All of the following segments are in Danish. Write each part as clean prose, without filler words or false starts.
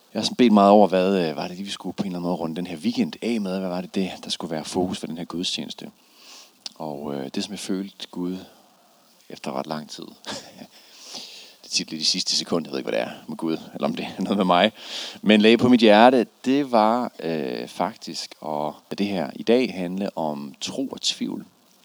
Jeg har sådan bedt meget over, hvad var det, vi skulle på en eller anden måde runde den her weekend af med. Hvad var det, der skulle være fokus for den her gudstjeneste? Og det, som jeg følte Gud efter ret lang tid. Det er tit lidt i sidste sekund, jeg ved ikke, hvad det er med Gud, eller om det er noget med mig. Men lagde på mit hjerte, det var faktisk at det her i dag handle om tro og tvivl.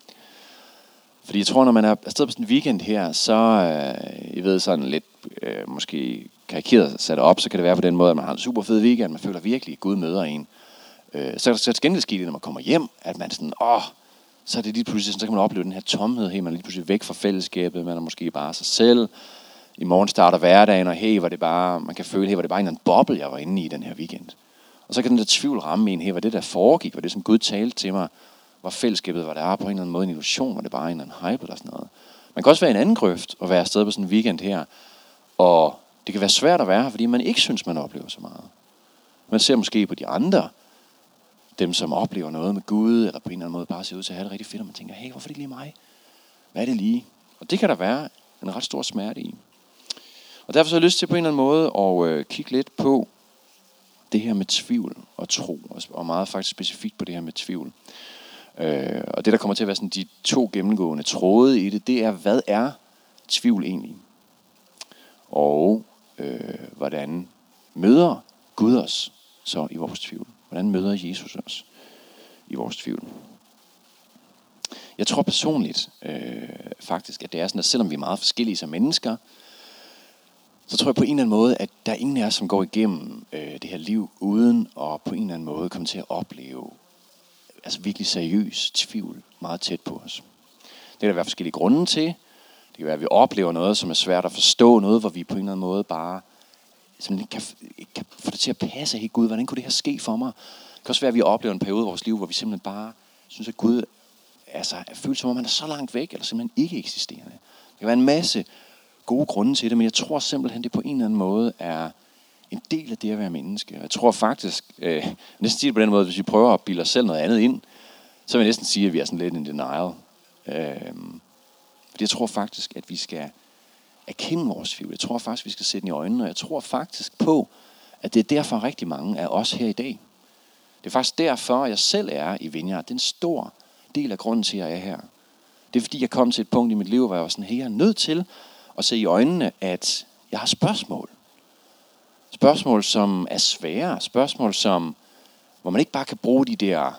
Fordi jeg tror, når man er afsted på sådan en weekend her, så, I ved sådan lidt, måske karikeret sat op, så kan det være på den måde, at man har en super fed weekend, man føler virkelig, at Gud møder en. Så til gengæld sker det, når man kommer hjem, at man sådan, så er det lige pludselig, så kan man opleve den her tomhed, man er lige pludselig væk fra fællesskabet, man er måske bare sig selv. I morgen starter hverdagen, og var det bare, man kan føle, var det bare en eller anden boble, jeg var inde i den her weekend. Og så kan den der tvivl ramme en, var det der foregik, var det som Gud talte til mig, var fællesskabet, var det på en eller anden måde en illusion, var det bare en eller anden hype eller sådan noget. Man kan også være i en anden grøft og være afsted på sådan en weekend her, og det kan være svært at være her, fordi man ikke synes, man oplever så meget. Man ser måske på de andre, dem som oplever noget med Gud, eller på en eller anden måde bare ser ud til at have det rigtig fedt, og man tænker, hey, hvorfor er det lige mig? Hvad er det lige? Og det kan der være en ret stor smerte i. Og derfor så har jeg lyst til på en eller anden måde at kigge lidt på det her med tvivl og tro, og meget faktisk specifikt på det her med tvivl. Og det, der kommer til at være sådan de to gennemgående tråde i det er, hvad er tvivl egentlig? Og hvordan møder Gud os så i vores tvivl? Hvordan møder Jesus os i vores tvivl? Jeg tror personligt faktisk, at det er sådan, at selvom vi er meget forskellige som mennesker, så tror jeg på en eller anden måde, at der er ingen af os, som går igennem det her liv, uden at på en eller anden måde komme til at opleve virkelig seriøs tvivl meget tæt på os. Det kan der være forskellige grunde til. Det kan være, at vi oplever noget, som er svært at forstå, noget, hvor vi på en eller anden måde bare ikke kan få det til at passe. Hey Gud, hvordan kunne det her ske for mig? Det kan også være, at vi oplever en periode i vores liv, hvor vi simpelthen bare synes, at Gud føles som om han er så langt væk, eller simpelthen ikke eksisterende. Det kan være en masse gode grunde til det, men jeg tror simpelthen, det på en eller anden måde er en del af det at være menneske. Jeg tror faktisk, næsten sige det på den måde, hvis vi prøver at bilde os selv noget andet ind, så vil jeg næsten sige, at vi er sådan lidt in denial. Fordi jeg tror faktisk, at vi skal erkende vores tvivl. Jeg tror faktisk, vi skal sætte den i øjnene, og jeg tror faktisk på, at det er derfor rigtig mange af os her i dag. Det er faktisk derfor, at jeg selv er i Vineyard. Det er en stor del af grunden til, at jeg er her. Det er fordi, jeg kom til et punkt i mit liv, hvor jeg var sådan, hey, jeg er nødt til at se i øjnene, at jeg har spørgsmål. Spørgsmål, som er svære. Spørgsmål, hvor man ikke bare kan bruge de der,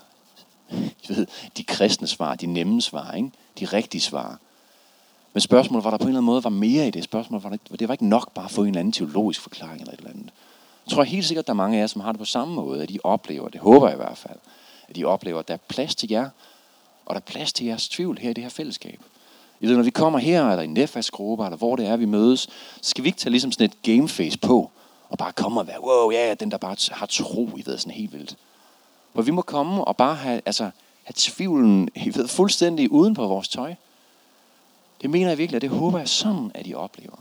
de kristne svar, de nemme svar, ikke? De rigtige svar. Men spørgsmål, hvor der på en eller anden måde var mere i det. Spørgsmål, hvor det var ikke nok bare at få en eller anden teologisk forklaring eller et eller andet. Jeg tror helt sikkert, at der er mange af jer, som har det på samme måde, at de oplever, det håber jeg i hvert fald, at de oplever, at der er plads til jer, og der er plads til jeres tvivl her i det her fællesskab. I ved, når vi kommer her, eller i netværksgrupper, eller hvor det er, vi mødes, så skal vi ikke tage ligesom sådan et gameface på, og bare komme og være, wow, ja, den der bare har tro, I ved, sådan helt vildt. Hvor vi må komme og bare have tvivlen, I ved, fuldstændig uden på vores tøj. Det mener jeg virkelig, og det håber jeg sådan, at I oplever.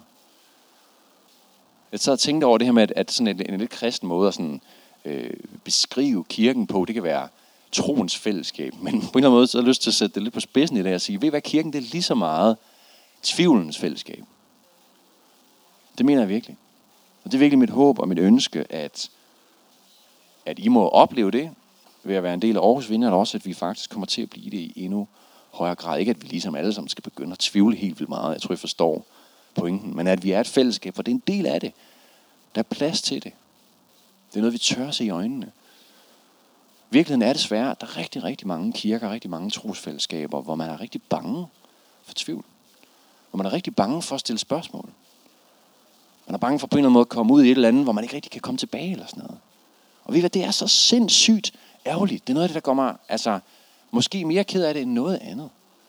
Jeg sad og tænkte over det her med, at sådan en lidt kristen måde at sådan, beskrive kirken på, det kan være troens fællesskab. Men på en eller anden måde, så har jeg lyst til at sætte det lidt på spidsen i dag og sige, ved I hvad, kirken det er lige så meget tvivlens fællesskab. Det mener jeg virkelig. Og det er virkelig mit håb og mit ønske, at I må opleve det ved at være en del af Aarhus Vineyard, og også at vi faktisk kommer til at blive det i endnu højere grad. Ikke at vi ligesom alle sammen skal begynde at tvivle helt vildt meget. Jeg tror, I forstår pointen. Men at vi er et fællesskab, for det er en del af det. Der er plads til det. Det er noget, vi tør se i øjnene. Virkeligheden er desværre, at der er rigtig, rigtig mange kirker, rigtig mange trosfællesskaber, hvor man er rigtig bange for tvivl. Hvor man er rigtig bange for at stille spørgsmål. Man er bange for på en eller anden måde at komme ud i et eller andet, hvor man ikke rigtig kan komme tilbage eller sådan noget. Og ved I hvad, det er så sindssygt ærgerligt. Det er noget af det, der gør mig måske mere ked af det end noget andet.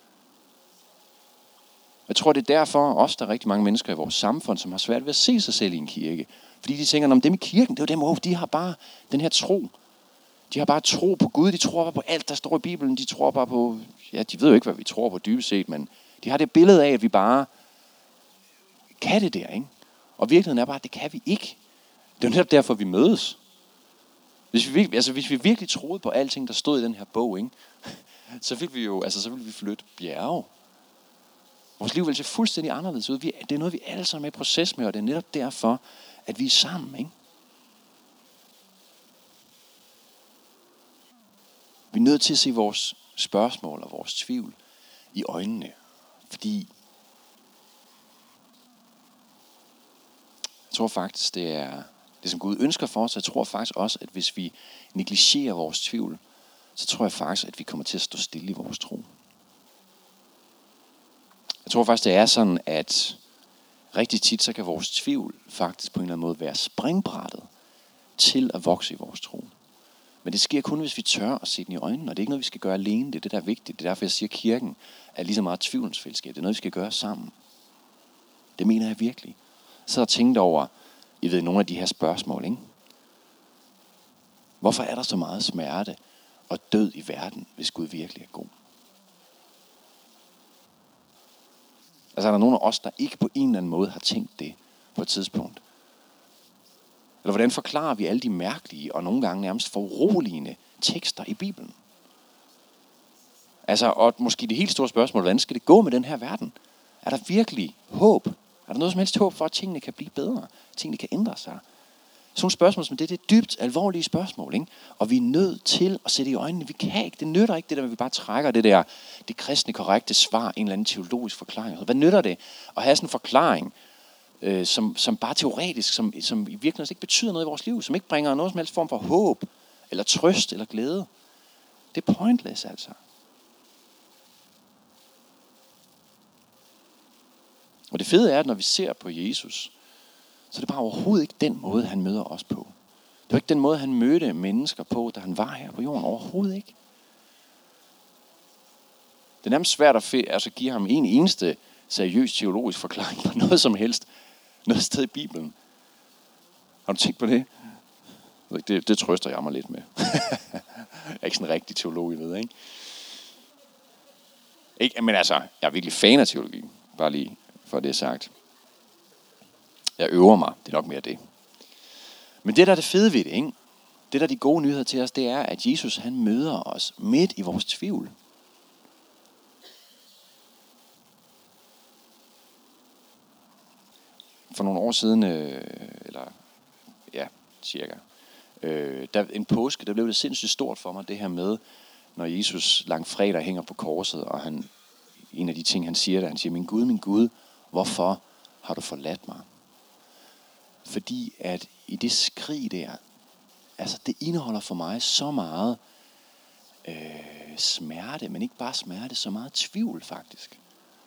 Jeg tror, det er derfor også, der er rigtig mange mennesker i vores samfund, som har svært ved at se sig selv i en kirke. Fordi de tænker, om dem i kirken, det er jo dem, de har bare den her tro. De har bare tro på Gud, de tror bare på alt, der står i Bibelen. De tror bare på, ja, de ved jo ikke, hvad vi tror på dybest set, men de har det billede af, at vi bare kan det der, ikke? Og virkeligheden er bare, at det kan vi ikke. Det er jo netop derfor, vi mødes. Hvis vi virkelig troede på alting, der stod i den her bog, ikke? Så ville vi flytte bjerge. Vores liv vil se fuldstændig anderledes ud. Det er noget, vi alle sammen er i proces med, og det er netop derfor, at vi er sammen, ikke? nødt til at se vores spørgsmål og vores tvivl i øjnene. Fordi jeg tror faktisk, det er det, som Gud ønsker for os. Jeg tror faktisk også, at hvis vi negligerer vores tvivl, så tror jeg faktisk, at vi kommer til at stå stille i vores tro. Jeg tror faktisk, det er sådan, at rigtig tit, så kan vores tvivl faktisk på en eller anden måde være springbrættet til at vokse i vores tro. Men det sker kun, hvis vi tør at se den i øjnene, og det er ikke noget, vi skal gøre alene. Det er det, der er vigtigt. Det er derfor, jeg siger, at kirken er lige så meget tvivlens fællesskab. Det er noget, vi skal gøre sammen. Det mener jeg virkelig. Så har jeg tænkt over, I ved, nogle af de her spørgsmål, ikke? Hvorfor er der så meget smerte og død i verden, hvis Gud virkelig er god? Altså er der nogen af os, der ikke på en eller anden måde har tænkt det på et tidspunkt? Eller hvordan forklarer vi alle de mærkelige og nogle gange nærmest foruroligende tekster i Bibelen? Altså, og måske det helt store spørgsmål, hvordan skal det gå med den her verden? Er der virkelig håb? Er der noget som helst håb for, at tingene kan blive bedre? At tingene kan ændre sig? Sådan nogle spørgsmål som det er dybt alvorlige spørgsmål, ikke? Og vi er nødt til at sætte i øjnene. Vi kan ikke, det nytter ikke det der, at vi bare trækker det kristne korrekte svar, en eller anden teologisk forklaring. Hvad nytter det at have sådan en forklaring, som bare teoretisk, som i virkeligheden ikke betyder noget i vores liv, som ikke bringer noget som helst form for håb, eller trøst, eller glæde? Det er pointless altså. Og det fede er, at når vi ser på Jesus, så er det bare overhovedet ikke den måde, han møder os på. Det var ikke den måde, han mødte mennesker på, da han var her på jorden. Overhovedet ikke. Det er nærmest svært at give ham en eneste seriøs teologisk forklaring på noget som helst. Noget sted i Bibelen. Har du tænkt på det? Det trøster jeg mig lidt med. Jeg er ikke sådan en rigtig teolog, I ved, ikke? Men altså, jeg er virkelig fan af teologi. Bare lige for det sagt. Jeg øver mig. Det er nok mere det. Men det, der er det fede ved det, ikke? Det, der er de gode nyheder til os, det er, at Jesus, han møder os midt i vores tvivl. For nogle år siden, cirka, en påske, der blev det sindssygt stort for mig, det her med, når Jesus langfredag hænger på korset, og en af de ting, han siger, min Gud, hvorfor har du forladt mig? Fordi at i det skrig der, altså det indeholder for mig så meget smerte, men ikke bare smerte, så meget tvivl faktisk.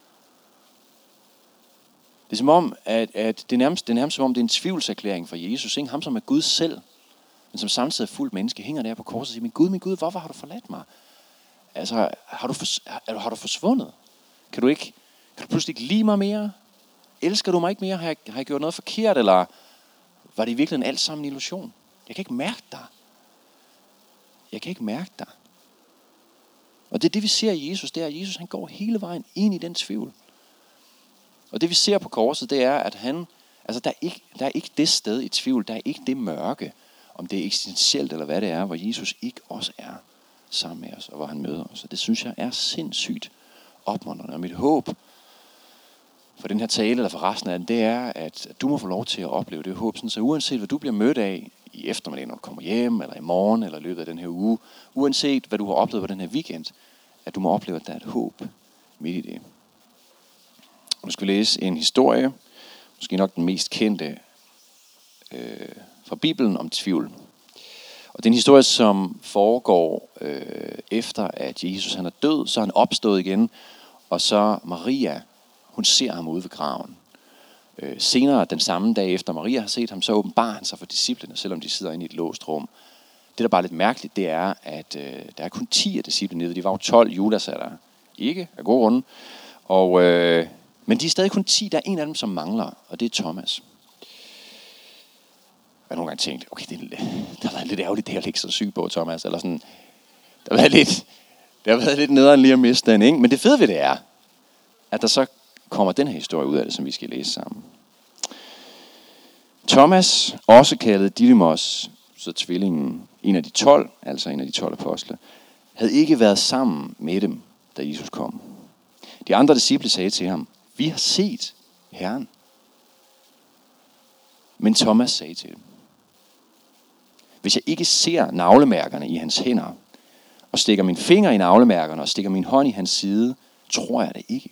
Det er som om, at det er nærmest som om, det er en tvivlserklæring for Jesus, ikke? Ham som er Gud selv, men som samtidig er fuldt menneske, hænger der på korset og siger, min Gud, hvorfor har du forladt mig? Altså, har du forsvundet? Kan du pludselig ikke lide mig mere? Elsker du mig ikke mere? Har jeg gjort noget forkert, eller var det i virkeligheden alt sammen en illusion? Jeg kan ikke mærke dig. Og det er det, vi ser i Jesus, det er, at Jesus han går hele vejen ind i den tvivl. Og det vi ser på korset, det er, at der er ikke det sted i tvivl, der er ikke det mørke, om det er eksistentielt eller hvad det er, hvor Jesus ikke også er sammen med os, og hvor han møder os. Og det synes jeg er sindssygt opmuntrende. Og mit håb for den her tale, eller for resten af den, det er, at du må få lov til at opleve det håb, sådan, så uanset hvad du bliver mødt af i eftermiddag, når du kommer hjem, eller i morgen, eller i løbet af den her uge, uanset hvad du har oplevet på den her weekend, at du må opleve, at der er et håb midt i det. Nu skal vi læse en historie, måske nok den mest kendte fra Bibelen om tvivl. Og det er en historie, som foregår efter, at Jesus han er død, så er han opstået igen, og så Maria, hun ser ham ude ved graven. Senere den samme dag efter Maria har set ham, så åbenbarer han sig for disciplene, selvom de sidder inde i et låst rum. Det, der bare er lidt mærkeligt, det er, at der er kun 10 af disciplene. De var jo 12, Judas er der ikke, af gode grunde. Men de er stadig kun 10, der er en af dem, som mangler, og det er Thomas. Jeg har nogle gange tænkt, okay, det har været lidt ærgerligt, det har ligget så syg på, Thomas. Eller sådan, det har været lidt nederen lige at miste den, ikke? Men det fede ved det er, at der så kommer den her historie ud af det, som vi skal læse sammen. Thomas, også kaldet Didymos, så tvillingen, en af de 12, altså en af de 12 apostle, havde ikke været sammen med dem, da Jesus kom. De andre disciple sagde til ham, vi har set Herren. Men Thomas sagde til dem, hvis jeg ikke ser navlemærkerne i hans hænder, og stikker min finger i navlemærkerne, og stikker min hånd i hans side, tror jeg det ikke.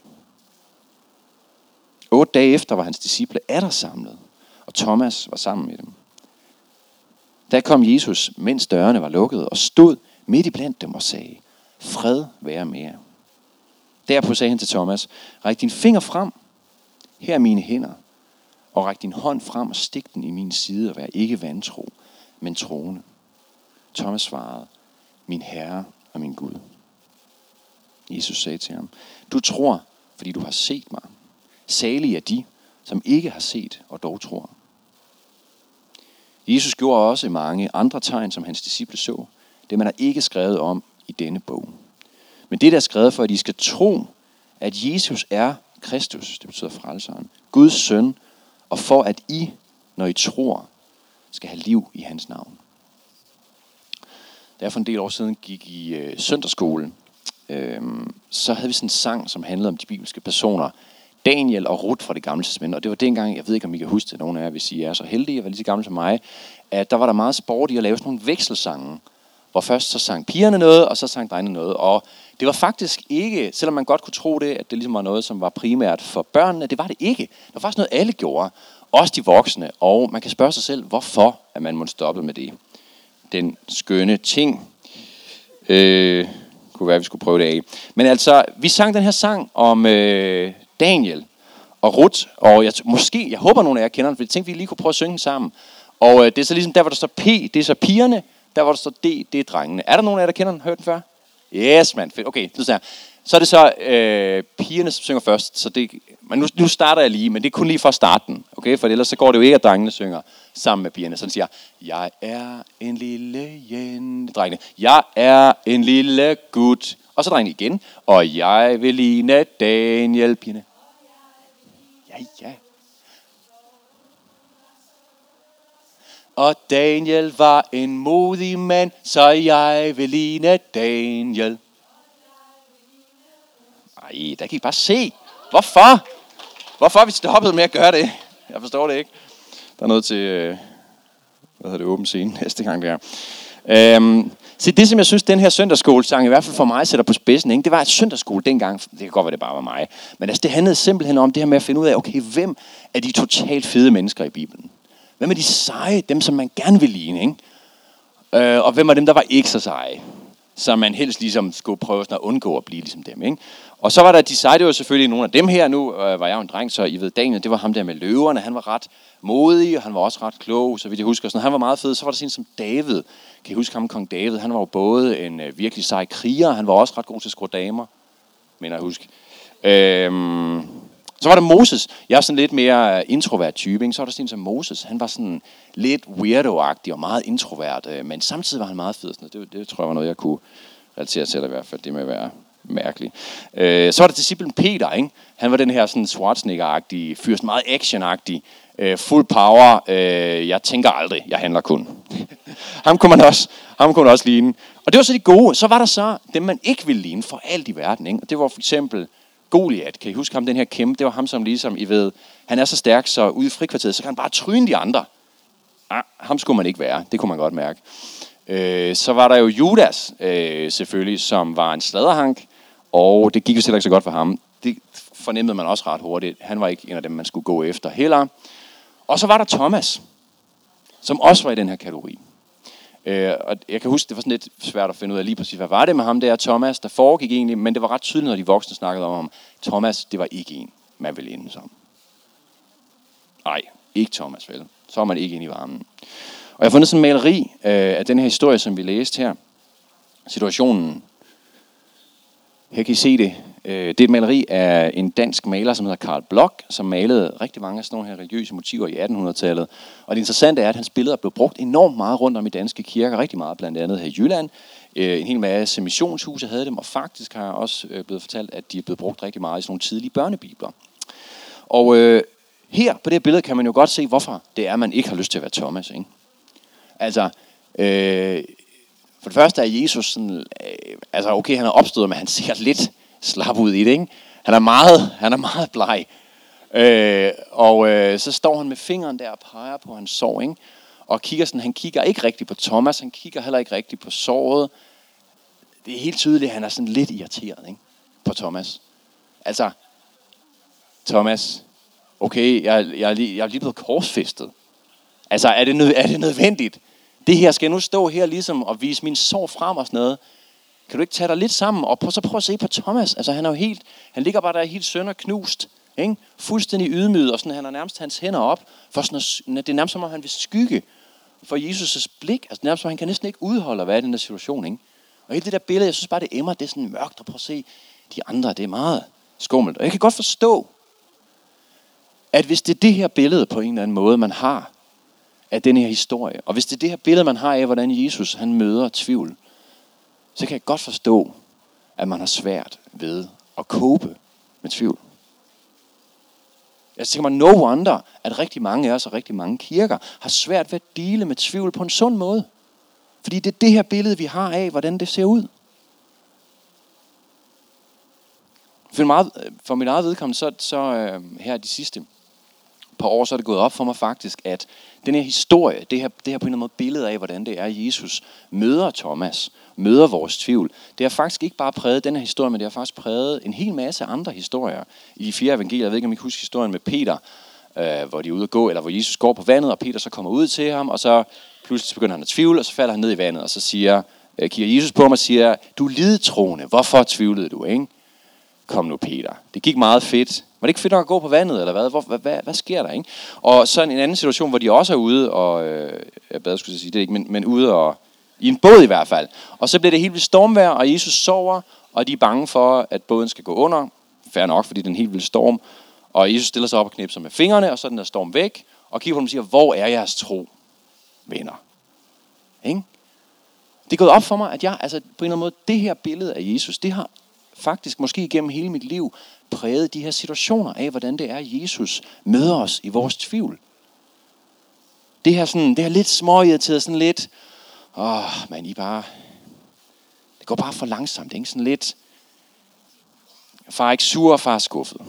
8 dage efter var hans disciple atter samlet, og Thomas var sammen med dem. Da kom Jesus, mens dørene var lukkede, og stod midt iblandt dem og sagde, fred være med jer. Derpå sagde han til Thomas, ræk din finger frem, her er mine hænder, og ræk din hånd frem og stik den i min side, og vær ikke vantro, men troende. Thomas svarede, min Herre og min Gud. Jesus sagde til ham, du tror, fordi du har set mig. Salige er de, som ikke har set og dog tror. Jesus gjorde også mange andre tegn, som hans disciple så. Det man har ikke skrevet om i denne bog. Men det der er skrevet for, at I skal tro, at Jesus er Kristus, det betyder frelseren, Guds søn, og for at I, når I tror, skal have liv i hans navn. Da jeg for en del år siden gik i søndagsskole, så havde vi sådan en sang, som handlede om de bibelske personer, Daniel og Ruth fra det gamle testamente. Og det var dengang, jeg ved ikke om I kan huske det, nogen af jer, hvis I er så heldige at være lige så gamle som mig, at der var der meget sport i at lave sådan nogle vekselsange, hvor først så sang pigerne noget, og så sang drengene noget. Og det var faktisk ikke, selvom man godt kunne tro det, at det ligesom var noget, som var primært for børnene, det var det ikke. Det var faktisk noget, alle gjorde, også de voksne. Og man kan spørge sig selv, hvorfor at man måtte stoppe med det. Den skønne ting. Kunne være, at vi skulle prøve det af. Men altså, vi sang den her sang om Daniel og Ruth, og jeg håber nogle af jer kender den, for jeg tænkte, vi lige kunne prøve at synge den sammen. Og det er så ligesom, der hvor der står P, det er så pigerne, der hvor der står D, det er drengene. Er der nogen af jer, der kender den? Hørt den før? Yes, man. Okay, så er det så pigerne, som synger først. Så det, men nu starter jeg lige, men det er kun lige for at starte den. Okay, for ellers så går det jo ikke, at drengene synger sammen med pigerne. Så den siger, jeg er en lille jente. Drengene, jeg er en lille gut. Og så drengene igen. Og jeg vil ligne Daniel. Pigerne. Ja. Og Daniel var en modig mand, så jeg vil ligne Daniel. Ej, der kan I bare se. Hvorfor har vi stoppet med at gøre det? Jeg forstår det ikke. Der er noget til, åben scene næste gang der. Så det, som jeg synes, den her søndagsskolesang, i hvert fald for mig, sætter på spidsen, ikke? Det var et søndagsskole dengang. Det kan godt være, det bare var mig. Men altså, det handlede simpelthen om det her med at finde ud af, okay, hvem er de totalt fede mennesker i Bibelen? Hvem er de seje? Dem, som man gerne vil ligne, ikke? Og hvem er dem, der var ikke så seje? Så man helst ligesom skulle prøve sådan at undgå at blive ligesom dem, ikke? Og så var der de seje, det var selvfølgelig nogle af dem her. Nu var jeg jo en dreng, så I ved, Daniel, det var ham der med løverne. Han var ret modig, og han var også ret klog, så vidt jeg husker. Sådan, han var meget fed. Så var der sådan som David. Kan I huske ham, kong David? Han var jo både en virkelig sej kriger, han var også ret god til at skrue damer, mener jeg huske. Så var der Moses. Jeg er sådan lidt mere introvert type, ikke? Så var der sådan som Moses. Han var sådan lidt weirdo-agtig og meget introvert, men samtidig var han meget fed. Det tror jeg var noget, jeg kunne relatere til i hvert fald. Det med at være mærkeligt. Så var der disciplen Peter, ikke? Han var den her sådan Schwarzenegger-agtige fyr, sådan meget action-agtig, full power. Jeg tænker aldrig, jeg handler kun. ham kunne man også ligne. Og det var så de gode. Så var der så dem, man ikke ville ligne for alt i verden, ikke? Og det var for eksempel Goliat. Kan I huske ham, den her kæmpe? Det var ham, som ligesom, I ved, han er så stærk, så ude i frikvarteret, så kan han bare tryne de andre. Ham skulle man ikke være. Det kunne man godt mærke. Så var der jo Judas, selvfølgelig, som var en sladderhank, og det gik jo selv ikke så godt for ham. Det fornemmede man også ret hurtigt. Han var ikke en af dem, man skulle gå efter heller. Og så var der Thomas, som også var i den her kategori. Og jeg kan huske, det var sådan lidt svært at finde ud af lige præcis, hvad var det med ham der, Thomas, der foregik egentlig, men det var ret tydeligt, når de voksne snakkede om ham. Thomas, det var ikke en, man ville ende som. Nej, ikke Thomas, vel. Så var man ikke inde i varmen. Og jeg har fundet sådan en maleri af den her historie, som vi læste her. Situationen. Her kan I se det. Det er et maleri af en dansk maler, som hedder Carl Bloch, som malede rigtig mange af sådan nogle her religiøse motiver i 1800-tallet. Og det interessante er, at hans billeder blev brugt enormt meget rundt om i danske kirker, rigtig meget blandt andet her i Jylland. En hel masse missionshuse havde dem, og faktisk har jeg også blevet fortalt, at de er blevet brugt rigtig meget i sådan nogle tidlige børnebibler. Og her på det her billede kan man jo godt se, hvorfor det er, man ikke har lyst til at være Thomas, ikke? Altså, for det første er Jesus sådan, altså okay, han er opstået, men han ser lidt slap ud i det, ikke? Han er meget bleg. Så står han med fingeren der og peger på hans sår, ikke? Og kigger sådan, han kigger ikke rigtig på Thomas, han kigger heller ikke rigtig på såret. Det er helt tydeligt, at han er sådan lidt irriteret, ikke? På Thomas. Altså, Thomas, okay, jeg er lige blevet korsfæstet. Altså, er det nødvendigt? Det her skal nu stå her ligesom og vise min sorg frem og sådan noget. Kan du ikke tage dig lidt sammen og så prøve at se på Thomas? Altså, han ligger bare der helt sønderknust, ikke? Fuldstændig ydmyget, og sådan, han har nærmest hans hænder op, for sådan, det er nærmest som om han vil skygge for Jesus' blik. Altså, nærmest som han kan næsten ikke udholde at være i den der situation, ikke? Og hele det der billede, jeg synes bare, det emmer, det er sådan mørkt, og prøv at se de andre, det er meget skummelt. Og jeg kan godt forstå, at hvis det er det her billede på en eller anden måde, man har af den her historie, og hvis det er det her billede, man har af, hvordan Jesus han møder tvivl, så kan jeg godt forstå, at man har svært ved at cope med tvivl. Jeg tænker mig, no wonder, at rigtig mange af os og rigtig mange kirker har svært ved at dele med tvivl på en sund måde. Fordi det er det her billede, vi har af, hvordan det ser ud. For mit eget vedkommende, så her de sidste par år, så er det gået op for mig faktisk, at den her historie, det her på en eller anden måde billede af, hvordan det er, Jesus møder Thomas, møder vores tvivl. Det har faktisk ikke bare præget den her historie, men det har faktisk præget en hel masse andre historier i de 4 evangelier. Jeg ved ikke, om I kan huske historien med Peter, hvor de er ude at gå, eller hvor Jesus går på vandet, og Peter så kommer ud til ham, og så pludselig begynder han at tvivle, og så falder han ned i vandet, og så kigger Jesus på ham og siger, du er lidetroende, hvorfor tvivlede du, ikke? Kom nu, Peter. Det gik meget fedt. Var det ikke fedt nok at gå på vandet, eller hvad? Hvad sker der, ikke? Og så en anden situation, hvor de også er ude, og skulle sige det ikke, men ude og i en båd i hvert fald. Og så bliver det helt vildt stormvejr, og Jesus sover, og de er bange for, at båden skal gå under. Fair nok, fordi det er en helt vild storm. Og Jesus stiller sig op og knipser med fingrene, og så er den der storm væk, og kigger på dem og siger, hvor er jeres tro, venner? Ikke? Det er gået op for mig, at jeg, altså på en eller anden måde, det her billede af Jesus, det har faktisk måske igennem hele mit liv præget de her situationer af, hvordan det er, Jesus møder os i vores tvivl. Det her lidt småirriteret, sådan lidt, det går bare for langsomt, ikke? Sådan lidt, far er ikke sur, far er skuffet.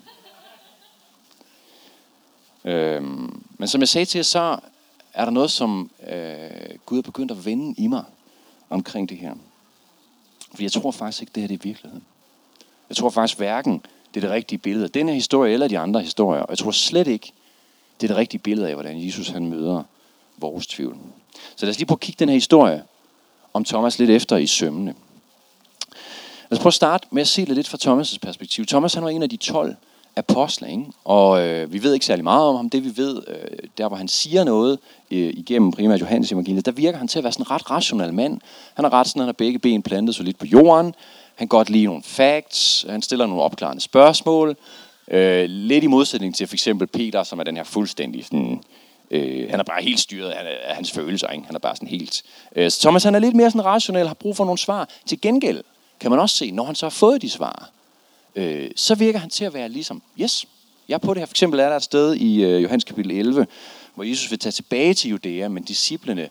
Men som jeg sagde til jer, så er der noget, som Gud er begyndt at vende i mig omkring det her. Fordi jeg tror faktisk ikke, det her det er virkeligheden. Jeg tror faktisk hverken, det er det rigtige billede af denne historie eller de andre historier. Og jeg tror slet ikke, det er det rigtige billede af, hvordan Jesus han møder vores tvivl. Så lad os lige prøve at kigge den her historie om Thomas lidt efter i sømmene. Lad os prøve at starte med at se lidt fra Thomas' perspektiv. Thomas han var en af de 12 apostle, ikke? Og vi ved ikke særlig meget om ham. Det vi ved, der hvor han siger noget igennem primært Johannes evangeliet, der virker han til at være sådan en ret rationel mand. Han er ret sådan, han har begge ben plantet solidt på jorden. Han kan godt lide nogle facts. Han stiller nogle opklarende spørgsmål. Lidt i modsætning til for eksempel Peter, som er den her fuldstændig sådan, han er bare helt styret af hans følelser, ikke? Han er bare sådan helt. Så Thomas han er lidt mere sådan rationel, har brug for nogle svar. Til gengæld kan man også se, når han så har fået de svar, så virker han til at være ligesom, yes, jeg er på det her. For eksempel er der et sted i Johannes kapitel 11, hvor Jesus vil tage tilbage til Judæa, men disciplene,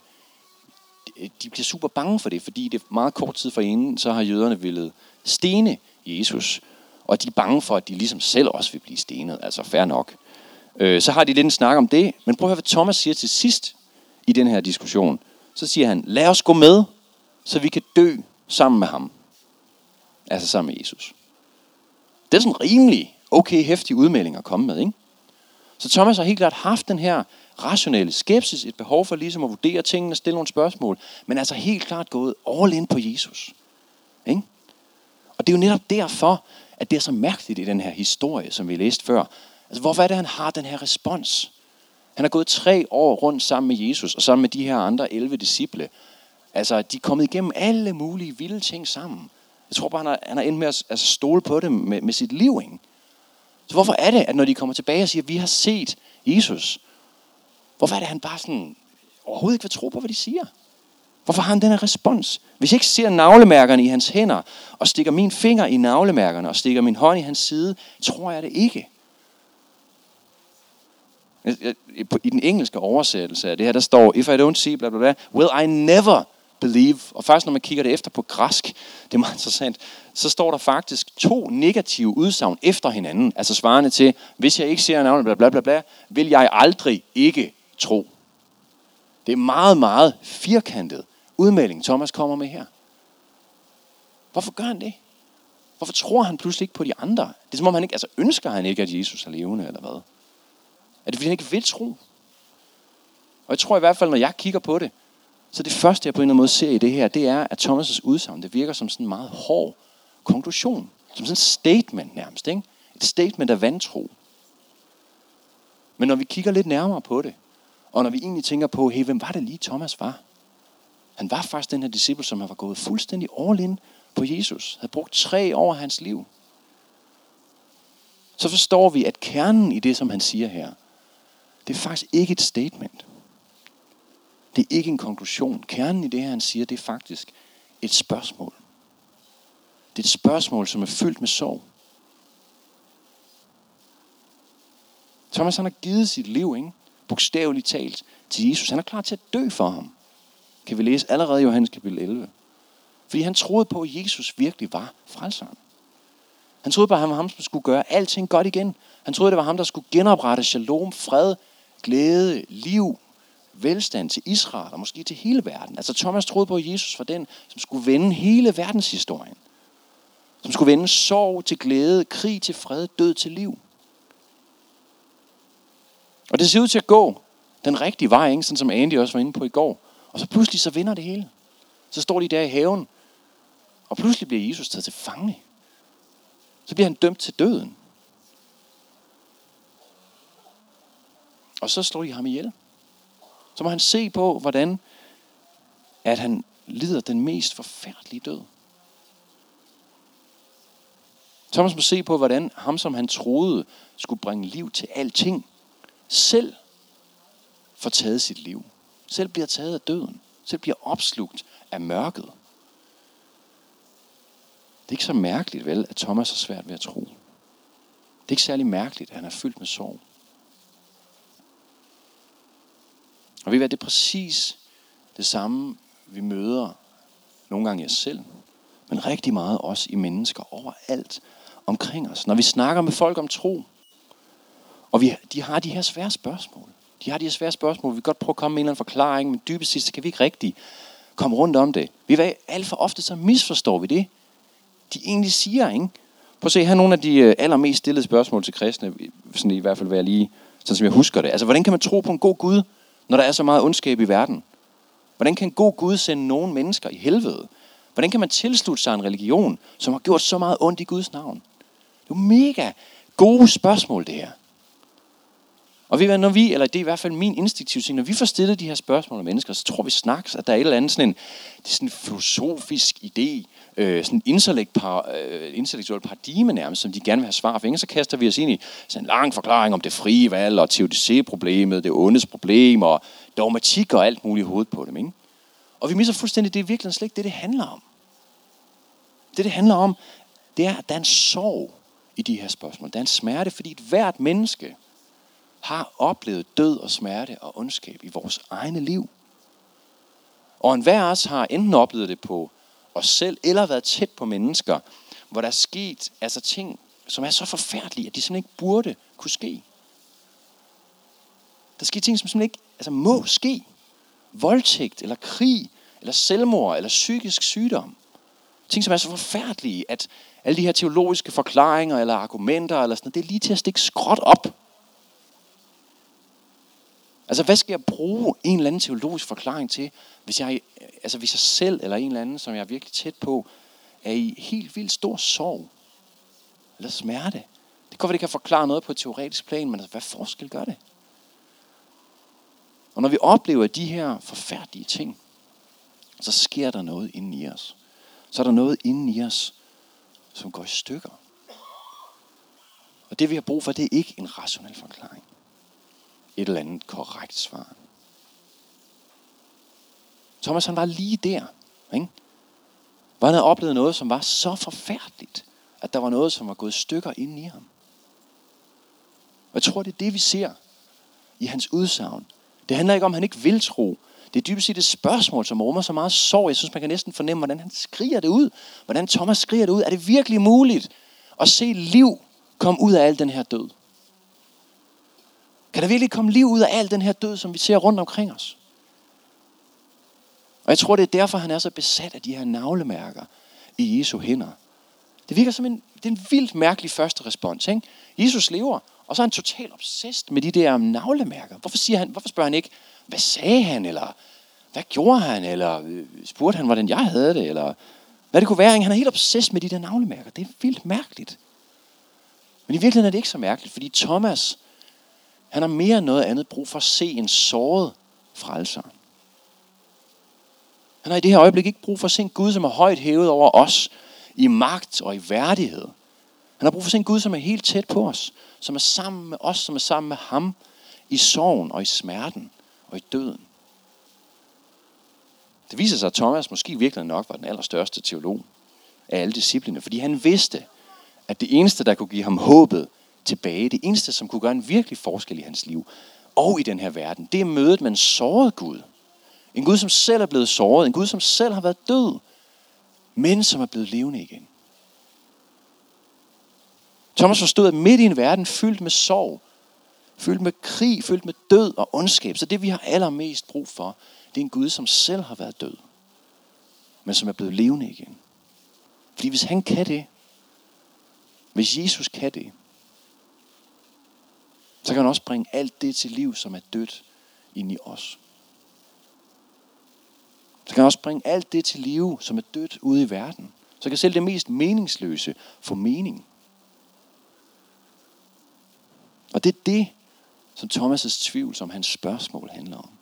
de bliver super bange for det, fordi det er meget kort tid forinden, så har jøderne villet stene Jesus, og de er bange for, at de ligesom selv også vil blive stenet, altså fair nok. Så har de lidt en snak om det, men prøv at høre, hvad Thomas siger til sidst i den her diskussion. Så siger han, lad os gå med, så vi kan dø sammen med ham. Altså sammen med Jesus. Det er sådan en rimelig okay heftig udmelding at komme med, ikke? Så Thomas har helt klart haft den her rationelle skepsis, et behov for ligesom at vurdere tingene, stille nogle spørgsmål, men altså helt klart gået all in på Jesus. Ikke? Og det er jo netop derfor, at det er så mærkeligt i den her historie, som vi læste før. Altså hvorfor er det, han har den her respons? Han har gået 3 år rundt sammen med Jesus, og sammen med de her andre 11 disciple. Altså de er kommet igennem alle mulige vilde ting sammen. Jeg tror bare, han har endt med at stole på dem med sit liv, ikke? Så hvorfor er det, at når de kommer tilbage og siger, at vi har set Jesus, hvorfor er det, at han bare sådan overhovedet ikke vil tro på, hvad de siger? Hvorfor har han den her respons? Hvis jeg ikke ser navlemærkerne i hans hænder, og stikker min finger i navlemærkerne, og stikker min hånd i hans side, tror jeg det ikke. I den engelske oversættelse af det her, der står, if I don't see, bla bla bla, will I never believe. Og først når man kigger det efter på græsk, det er meget interessant, så står der faktisk 2 negative udsagn efter hinanden, altså svarende til, hvis jeg ikke ser navnet, bla bla bla bla, vil jeg aldrig ikke tro. Det er meget, meget firkantet udmelding, Thomas kommer med her. Hvorfor gør han det? Hvorfor tror han pludselig ikke på de andre? Det er som om han ikke, ønsker han ikke, at Jesus er levende, eller hvad? Er det fordi han ikke vil tro? Og jeg tror i hvert fald, når jeg kigger på det, så det første, jeg på en eller anden måde ser i det her, det er, at Thomas' udsagn, det virker som sådan en meget hård konklusion. Som sådan et statement nærmest, ikke? Et statement af vantro. Men når vi kigger lidt nærmere på det, og når vi egentlig tænker på, hey, hvem var det lige Thomas var? Han var faktisk den her disciple, som var gået fuldstændig all in på Jesus. Havde brugt 3 år af hans liv. Så forstår vi, at kernen i det, som han siger her, det er faktisk ikke et statement. Det er ikke en konklusion. Kernen i det her, han siger, det er faktisk et spørgsmål. Det er et spørgsmål, som er fyldt med sorg. Thomas, han har givet sit liv, ikke? Bogstaveligt talt, til Jesus. Han er klar til at dø for ham. Kan vi læse allerede i Johannes kapitel 11. Fordi han troede på, at Jesus virkelig var frelseren. Han troede på, at han var ham, som skulle gøre alting godt igen. Han troede, det var ham, der skulle genoprette shalom, fred, glæde, liv, velstand til Israel og måske til hele verden. Altså Thomas troede på, at Jesus var den, som skulle vende hele verdenshistorien. Som skulle vende sorg til glæde, krig til fred, død til liv. Og det ser ud til at gå den rigtige vej, ikke? Sådan som Andy også var inde på i går. Og så pludselig så vinder det hele. Så står de der i haven, og pludselig bliver Jesus taget til fange. Så bliver han dømt til døden. Og så slår de ham ihjel. Så må han se på, hvordan at han lider den mest forfærdelige død. Thomas må se på, hvordan ham, som han troede, skulle bringe liv til alting, selv får taget sit liv. Selv bliver taget af døden. Selv bliver opslugt af mørket. Det er ikke så mærkeligt, vel, at Thomas er svært ved at tro. Det er ikke særlig mærkeligt, at han er fyldt med sorg. Og ved I hvad, det er præcis det samme, vi møder nogle gange i os selv, men rigtig meget også i mennesker overalt omkring os. Når vi snakker med folk om tro, og de har de her svære spørgsmål. De har de her svære spørgsmål, vi kan godt prøve at komme med en eller anden forklaring, men dybest set, så kan vi ikke rigtig komme rundt om det. Ved I hvad, alt for ofte så misforstår vi det, de egentlig siger, ikke? Prøv at se, her er nogle af de allermest stillede spørgsmål til kristne, sådan i hvert fald være lige, sådan som jeg husker det. Altså, hvordan kan man tro på en god Gud, når der er så meget ondskab i verden? Hvordan kan en god Gud sende nogle mennesker i helvede? Hvordan kan man tilslutte sig en religion, som har gjort så meget ondt i Guds navn? Det er jo mega gode spørgsmål, det her. Og ved I hvad, når vi, eller det er i hvert fald min instinktiv ting, når vi får stillet de her spørgsmål af mennesker, så tror vi straks, at der er et eller andet sådan en filosofisk idé, sådan en intellektuel paradigme nærmest, som de gerne vil have svar for. Så kaster vi os ind i sådan en lang forklaring om det frie valg, og teodicé-problemet, det ondes problem, og dogmatik og alt muligt i hovedet på dem, ikke? Og vi misser fuldstændig, det er virkelig slet ikke det handler om. Det handler om, det er, at der er en sorg i de her spørgsmål. Der er en smerte, fordi hvert menneske har oplevet død og smerte og ondskab i vores egne liv. Og enhver af os har enten oplevet det på os selv, eller været tæt på mennesker, hvor der er sket ting, som er så forfærdelige, at de simpelthen ikke burde kunne ske. Der sker ting, som simpelthen ikke må ske. Voldtægt, eller krig, eller selvmord, eller psykisk sygdom. Ting, som er så forfærdelige, at alle de her teologiske forklaringer, eller argumenter, eller sådan noget, det er lige til at stikke skråt op. Altså, hvad skal jeg bruge en eller anden teologisk forklaring til, hvis jeg selv, eller en eller anden, som jeg er virkelig tæt på, er i helt vildt stor sorg, eller smerte? Det kan godt være, det kan forklare noget på et teoretisk plan, men hvad forskel gør det? Og når vi oplever de her forfærdelige ting, så sker der noget inden i os. Så er der noget inden i os, som går i stykker. Og det vi har brug for, det er ikke en rationel forklaring. Et eller andet korrekt svar. Thomas, han var lige der, ikke? Hvor han havde oplevet noget, som var så forfærdeligt, at der var noget, som var gået i stykker inden i ham. Og jeg tror, det er det, vi ser i hans udsagn. Det handler ikke om, at han ikke vil tro. Det er dybest set et spørgsmål, som rummer så meget sorg. Jeg synes, man kan næsten fornemme, hvordan han skriger det ud. Hvordan Thomas skriger det ud. Er det virkelig muligt at se liv komme ud af al den her død? Kan der virkelig komme liv ud af al den her død, som vi ser rundt omkring os? Og jeg tror, det er derfor, han er så besat af de her navlemærker i Jesu hænder. Det virker som det er en vildt mærkelig første respons, ikke? Jesus lever, og så er han totalt obsessed med de der navlemærker. Hvorfor spørger han ikke, hvad sagde han, eller hvad gjorde han, eller spurgte han, hvordan jeg havde det, eller hvad det kunne være. Han er helt obsessed med de der navlemærker. Det er vildt mærkeligt. Men i virkeligheden er det ikke så mærkeligt, fordi Thomas, han har mere end noget andet brug for at se en såret frelser. Han har i det her øjeblik ikke brug for at se en Gud, som er højt hævet over os, i magt og i værdighed. Han har brug for at se en Gud, som er helt tæt på os, som er sammen med os, som er sammen med ham, i sorgen og i smerten og i døden. Det viser sig, at Thomas måske virkelig nok var den allerstørste teolog af alle disciplene, fordi han vidste, at det eneste, der kunne give ham håbet tilbage, det eneste, som kunne gøre en virkelig forskel i hans liv og i den her verden, det er mødet med en såret Gud. En Gud, som selv er blevet såret, en Gud, som selv har været død, men som er blevet levende igen. Thomas forstod, at midt i en verden fyldt med sorg, fyldt med krig, fyldt med død og ondskab, så det vi har allermest brug for, det er en Gud, som selv har været død, men som er blevet levende igen. Fordi hvis han kan det, hvis Jesus kan det, så kan han også bringe alt det til liv, som er dødt ind i os. Så kan han også bringe alt det til liv, som er dødt ude i verden. Så kan selv det mest meningsløse få mening. Og det er det, som Thomas' tvivl, som hans spørgsmål handler om.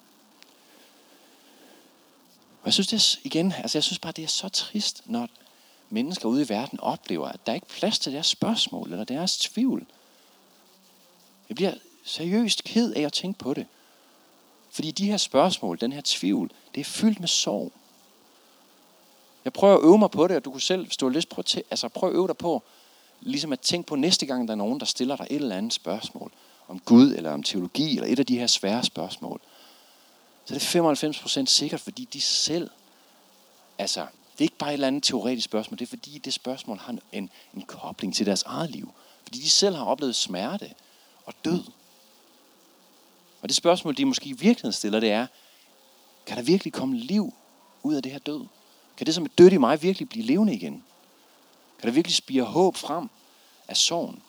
Og jeg synes, jeg synes bare, det er så trist, når mennesker ude i verden oplever, at der ikke er plads til deres spørgsmål eller deres tvivl. Jeg bliver seriøst ked af at tænke på det. Fordi de her spørgsmål, den her tvivl, det er fyldt med sorg. Jeg prøver at øve mig på det, og du kunne selv, hvis du har lyst, prøv at øve dig på, ligesom at tænke på næste gang, der er nogen, der stiller dig et eller andet spørgsmål om Gud, eller om teologi, eller et af de her svære spørgsmål. Så det er 95% sikkert, fordi de selv, det er ikke bare et eller andet teoretisk spørgsmål, det er fordi det spørgsmål har en kobling til deres eget liv. Fordi de selv har oplevet smerte og død. Og det spørgsmål, de måske i virkeligheden stiller, det er, kan der virkelig komme liv ud af det her død? Kan det, som er dødt i mig, virkelig blive levende igen? Kan der virkelig spire håb frem af sorgen?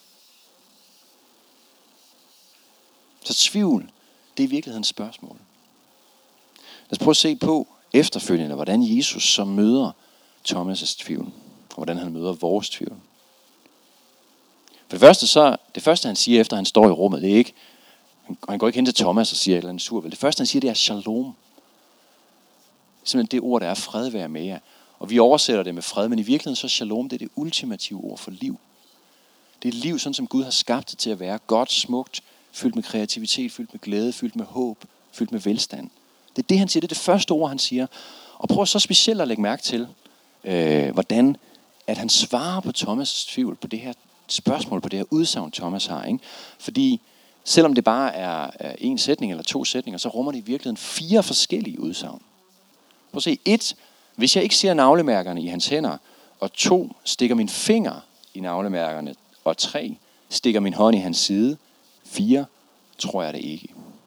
Så tvivl, det er i virkeligheden spørgsmål. Lad os prøve at se på efterfølgende, hvordan Jesus så møder Thomas' tvivl, og hvordan han møder vores tvivl. For det første han siger, efter han står i rummet, det er ikke, han går ikke hen til Thomas og siger et eller andet sur. Det første han siger, det er shalom. Simpelthen det ord, der er fred være med jer. Og vi oversætter det med fred, men i virkeligheden så shalom, det er det ultimative ord for liv. Det er et liv, sådan som Gud har skabt det til at være godt, smukt, fyldt med kreativitet, fyldt med glæde, fyldt med håb, fyldt med velstand. Det er det, han siger. Det er det første ord, han siger. Og prøv så specielt at lægge mærke til, hvordan at han svarer på Thomas' tvivl, på det her spørgsmål, på det her udsagn, Thomas har. Ikke? Fordi selvom det bare er en sætning eller to sætninger, så rummer det i virkeligheden 4 forskellige udsagn. Prøv at se. 1. Hvis jeg ikke ser navlemærkerne i hans hænder, og 2. stikker min finger i navlemærkerne, og 3. stikker min hånd i hans side, 4. tror jeg det ikke.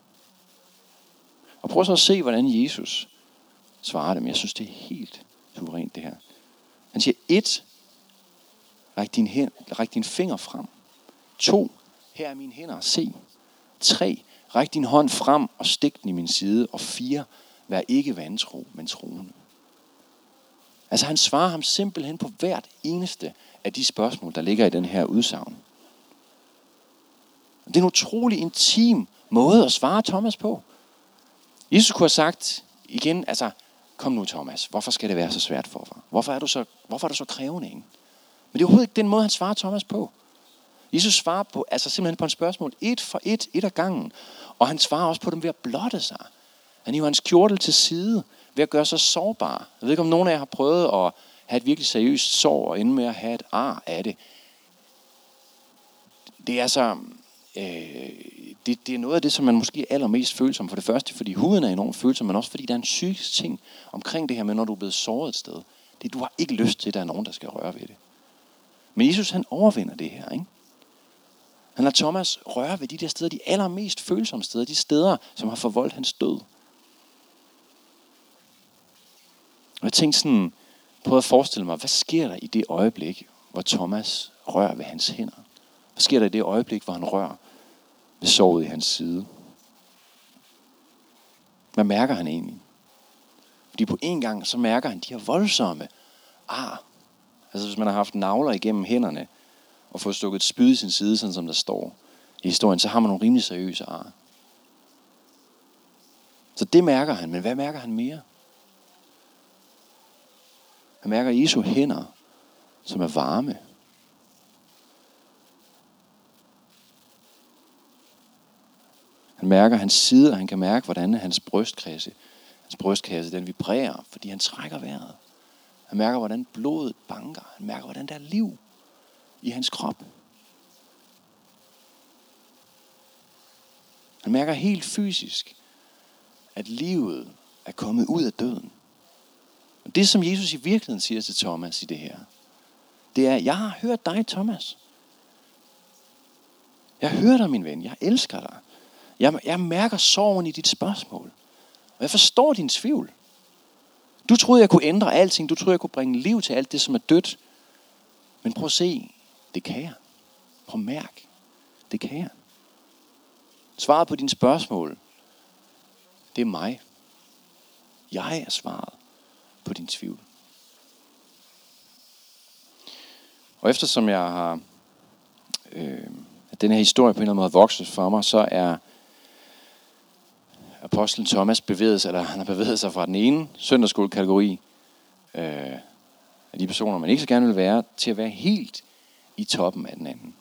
Og prøv så at se, hvordan Jesus svarer dem. Jeg synes, det er helt suverænt det her. Han siger 1. Ræk din finger frem. 2. Her er mine hænder, se. 3. Ræk din hånd frem og stik den i min side. Og 4. Vær ikke vantro, men troende. Altså han svarer ham simpelthen på hvert eneste af de spørgsmål, der ligger i den her udsagn. Det er en utrolig intim måde at svare Thomas på. Jesus kunne have sagt igen, kom nu Thomas, hvorfor skal det være så svært for dig? Hvorfor er du så krævende? Men det er overhovedet ikke den måde, han svarer Thomas på. Jesus svarer på, simpelthen på en spørgsmål, et for et ad gangen. Og han svarer også på dem ved at blotte sig. Han hiver hans kjortel til side ved at gøre sig sårbar. Jeg ved ikke, om nogen af jer har prøvet at have et virkelig seriøst sår og ende med at have et ar af det. Det er det er noget af det, som man måske er allermest følsom. For det første, fordi huden er enormt følsom, men også fordi der er en psykisk ting omkring det her med, når du er blevet såret et sted. Du har ikke lyst til, at der er nogen, der skal røre ved det. Men Jesus, han overvinder det her, ikke? Han lader Thomas røre ved de der steder, de allermest følsomme steder, de steder, som har forvoldt hans død. Og jeg tænkte sådan, Prøv at forestille mig, hvad sker der i det øjeblik, hvor Thomas rører ved hans hænder? Hvad sker der i det øjeblik, hvor han rører ved såret i hans side? Hvad mærker han egentlig? Fordi på en gang, så mærker han de her voldsomme ar. Altså hvis man har haft nagler igennem hænderne, og fået stukket et spyd i sin side, sådan som der står i historien, så har man nogle rimelig seriøse ar. Så det mærker han, men hvad mærker han mere? Han mærker Jesu hænder, som er varme. Han mærker hans side, og han kan mærke, hvordan hans brystkasse, den vibrerer, fordi han trækker vejret. Han mærker, hvordan blodet banker. Han mærker, hvordan der er liv i hans krop. Han mærker helt fysisk, at livet er kommet ud af døden. Og det, som Jesus i virkeligheden siger til Thomas i det her, det er, jeg har hørt dig, Thomas. Jeg hører dig, min ven. Jeg elsker dig. Jeg mærker sorgen i dit spørgsmål. Og jeg forstår din tvivl. Du troede, jeg kunne ændre alting. Du troede, jeg kunne bringe liv til alt det, som er dødt. Men prøv at se. Det kan jeg. Prøv at mærke. Det kan jeg. Svaret på dine spørgsmål, det er mig. Jeg er svaret på din tvivl. Og eftersom jeg har den her historie på en eller anden måde vokset for mig, så er apostlen Thomas han har bevæget sig fra den ene søndagsskole-kategori af de personer, man ikke så gerne vil være, til at være helt i toppen af den anden.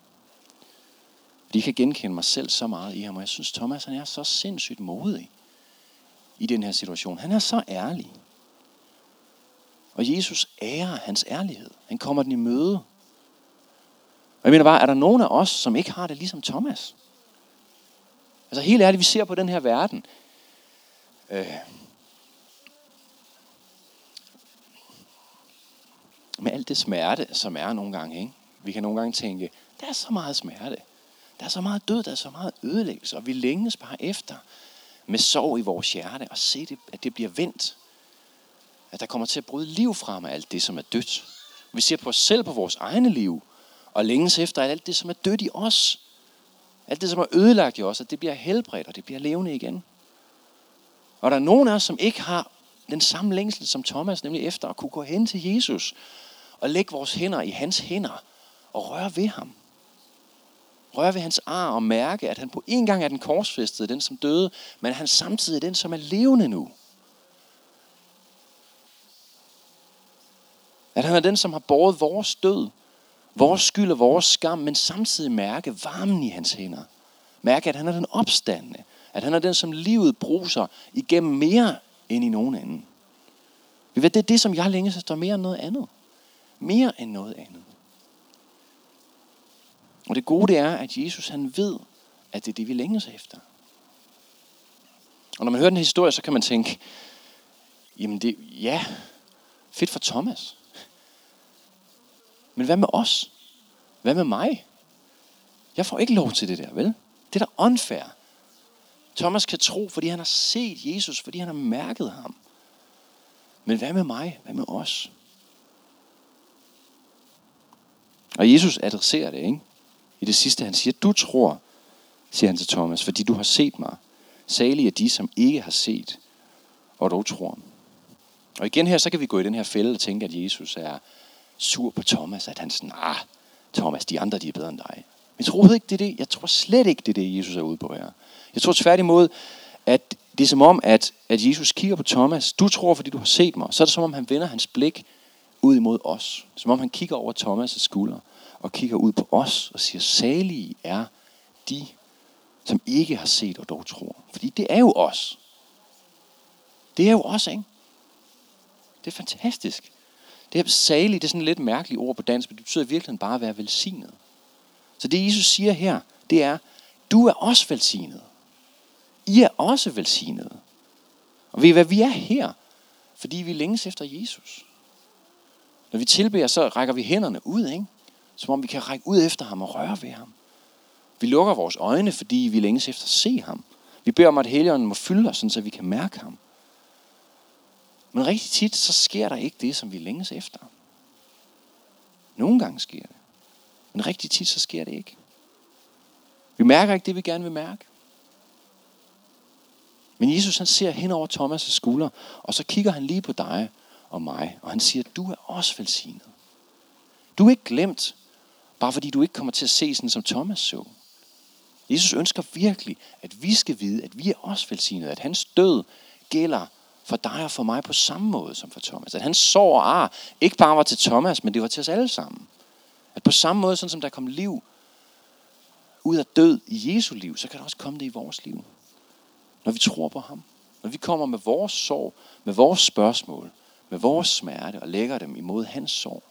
De kan genkende mig selv så meget i ham, og jeg synes, Thomas han er så sindssygt modig i den her situation. Han er så ærlig. Og Jesus ærer hans ærlighed. Han kommer den i møde. Og jeg mener bare, er der nogen af os, som ikke har det ligesom Thomas? Altså helt ærligt, vi ser på den her verden. Med alt det smerte, som er nogle gange, ikke? Vi kan nogle gange tænke, der er så meget smerte. Der er så meget død, der er så meget ødelæggelse. Og vi længes bare efter med sorg i vores hjerte og se, at det bliver vendt. At der kommer til at bryde liv frem af alt det, som er dødt. Vi ser på os selv, på vores egne liv, og længes efter alt det, som er dødt i os. Alt det, som er ødelagt i os, at det bliver helbredt, og det bliver levende igen. Og der er nogen af os, som ikke har den samme længsel som Thomas, nemlig efter at kunne gå hen til Jesus og lægge vores hænder i hans hænder og røre ved ham. Røre ved hans ar og mærke, at han på en gang er den korsfæstede, den som døde, men han samtidig er den, som er levende nu. At han er den, som har båret vores død, vores skyld og vores skam, men samtidig mærke varmen i hans hænder. Mærke, at han er den opstandne. At han er den, som livet bruser igennem mere end i nogen anden. Det er det, som jeg længes efter mere end noget andet. Mere end noget andet. Og det gode det er, at Jesus han ved, at det er det, vi længes efter. Og når man hører den her historie, så kan man tænke, jamen fedt for Thomas. Men hvad med os? Hvad med mig? Jeg får ikke lov til det der, vel? Det er da unfair. Thomas kan tro, fordi han har set Jesus, fordi han har mærket ham. Men hvad med mig? Hvad med os? Og Jesus adresserer det, ikke? I det sidste, han siger, du tror, siger han til Thomas, fordi du har set mig. Salige er de, som ikke har set, og dog tror. Og igen her, så kan vi gå i den her fælde og tænke, at Jesus er sur på Thomas, at han sådan, Thomas, de andre, de er bedre end dig. Men jeg tror ikke, det er det. Jeg tror slet ikke, det er det, Jesus er ude på her. Jeg tror tværtimod, at det er som om, at Jesus kigger på Thomas. Du tror, fordi du har set mig. Så er det som om, han vender hans blik ud imod os. Som om han kigger over Thomas' skulder og kigger ud på os og siger, salige er de, som ikke har set og dog tror. Fordi det er jo os. Det er jo os, ikke? Det er fantastisk. Det er salig, det er sådan et lidt mærkeligt ord på dansk, men det betyder virkelig bare at være velsignet. Så det Jesus siger her, det er, du er også velsignet. I er også velsignet. Og ved I hvad, vi er her, fordi vi længes efter Jesus. Når vi tilbeder, så rækker vi hænderne ud, ikke? Som om vi kan række ud efter ham og røre ved ham. Vi lukker vores øjne, fordi vi længes efter at se ham. Vi beder om, at Helligånden må fylde os, så vi kan mærke ham. Men rigtig tit, så sker der ikke det, som vi længes efter. Nogle gange sker det. Men rigtig tit, så sker det ikke. Vi mærker ikke det, vi gerne vil mærke. Men Jesus, han ser hen over Thomas' skulder, og så kigger han lige på dig og mig, og han siger, du er også velsignet. Du er ikke glemt, bare fordi du ikke kommer til at se sådan, som Thomas så. Jesus ønsker virkelig, at vi skal vide, at vi er også velsignet, at hans død gælder for dig og for mig på samme måde som for Thomas. At hans sorg og ar ikke bare var til Thomas, men det var til os alle sammen. At på samme måde, sådan som der kom liv ud af død i Jesu liv, så kan der også komme det i vores liv. Når vi tror på ham. Når vi kommer med vores sorg, med vores spørgsmål, med vores smerte og lægger dem imod hans sorg.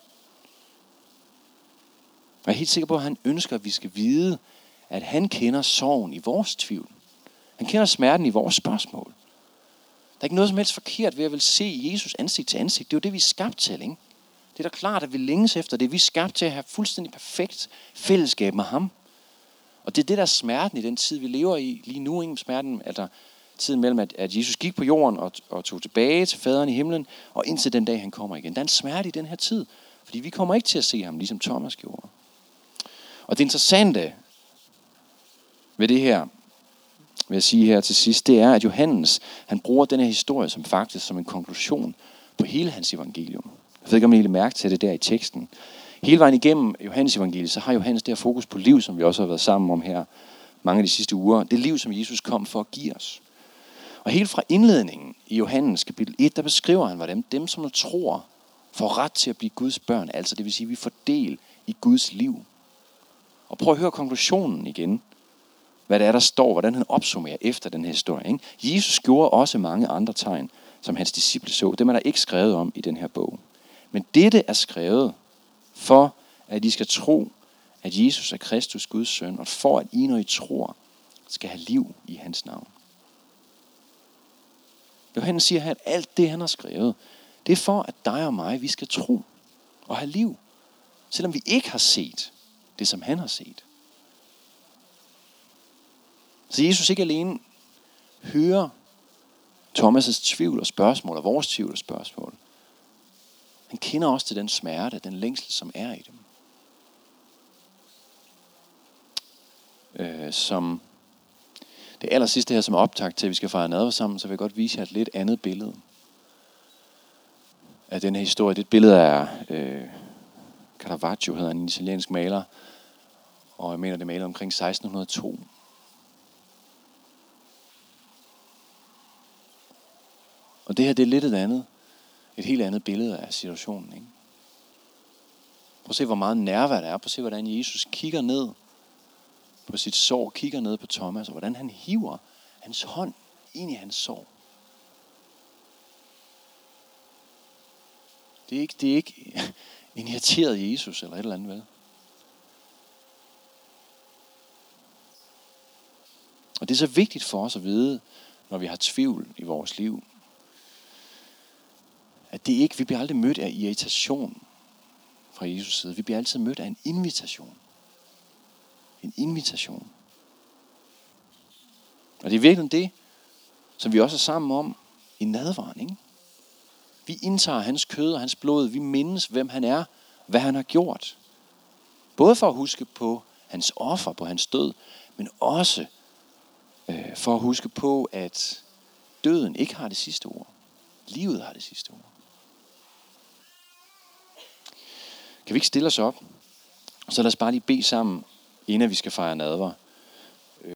Og jeg er helt sikker på, at han ønsker, at vi skal vide, at han kender sorgen i vores tvivl. Han kender smerten i vores spørgsmål. Der er ikke noget som helst forkert ved at vil se Jesus ansigt til ansigt. Det er jo det, vi er skabt til, ikke? Det er da klart, at vi længes efter det. Vi er skabt til at have fuldstændig perfekt fællesskab med ham. Og det er det, der er smerten i den tid, vi lever i lige nu. Ingen smerten, altså tiden mellem, at Jesus gik på jorden og tog tilbage til faderen i himlen, og indtil den dag, han kommer igen. Der er en smerte i den her tid, fordi vi kommer ikke til at se ham, ligesom Thomas gjorde. Og det interessante ved det her, vil jeg sige her til sidst, det er, at Johannes, han bruger den her historie som faktisk som en konklusion på hele hans evangelium. Jeg ved ikke, om I lige mærke til det der i teksten. Hele vejen igennem Johannes evangeliet, så har Johannes der fokus på liv, som vi også har været sammen om her mange af de sidste uger. Det liv, som Jesus kom for at give os. Og helt fra indledningen i Johannes kapitel 1, der beskriver han, hvordan dem, som tror, får ret til at blive Guds børn. Altså det vil sige, at vi får del i Guds liv. Og prøv at høre konklusionen igen. Hvad det er, der står, hvordan han opsummerer efter den her historie. Ikke? Jesus gjorde også mange andre tegn, som hans disciple så. Dem er der ikke skrevet om i den her bog. Men dette er skrevet for, at I skal tro, at Jesus er Kristus, Guds søn, og for at I, når I tror, skal have liv i hans navn. Johannes siger her, at alt det, han har skrevet, det er for, at dig og mig, vi skal tro og have liv, selvom vi ikke har set det, som han har set. Så Jesus ikke alene hører Thomas' tvivl og spørgsmål, og vores tvivl og spørgsmål. Han kender også til den smerte, den længsel, som er i dem. Som det aller sidste her, som er optakt til, at vi skal fejre nadver sammen, så vil jeg godt vise jer et lidt andet billede af den her historie. Det er et billede af Caravaggio, hedder en italiensk maler, og jeg mener, det er malet omkring 1602. Og det her, det er lidt et helt andet billede af situationen. Ikke? Prøv at se, hvor meget nærvær der er. Prøv at se, hvordan Jesus kigger ned på sit sår, kigger ned på Thomas, og hvordan han hiver hans hånd ind i hans sår. Det er ikke en irriteret Jesus eller et eller andet, vel? Og det er så vigtigt for os at vide, når vi har tvivl i vores liv, at det ikke, vi bliver aldrig mødt af irritation fra Jesus side. Vi bliver altid mødt af en invitation. En invitation. Og det er virkelig det, som vi også er sammen om i nadveren, ikke? Vi indtager hans kød og hans blod. Vi mindes, hvem han er, hvad han har gjort. Både for at huske på hans offer, på hans død, men også for at huske på, at døden ikke har det sidste ord. Livet har det sidste ord. Kan vi ikke stille os op? Så lad os bare lige bede sammen, inden vi skal fejre nadver.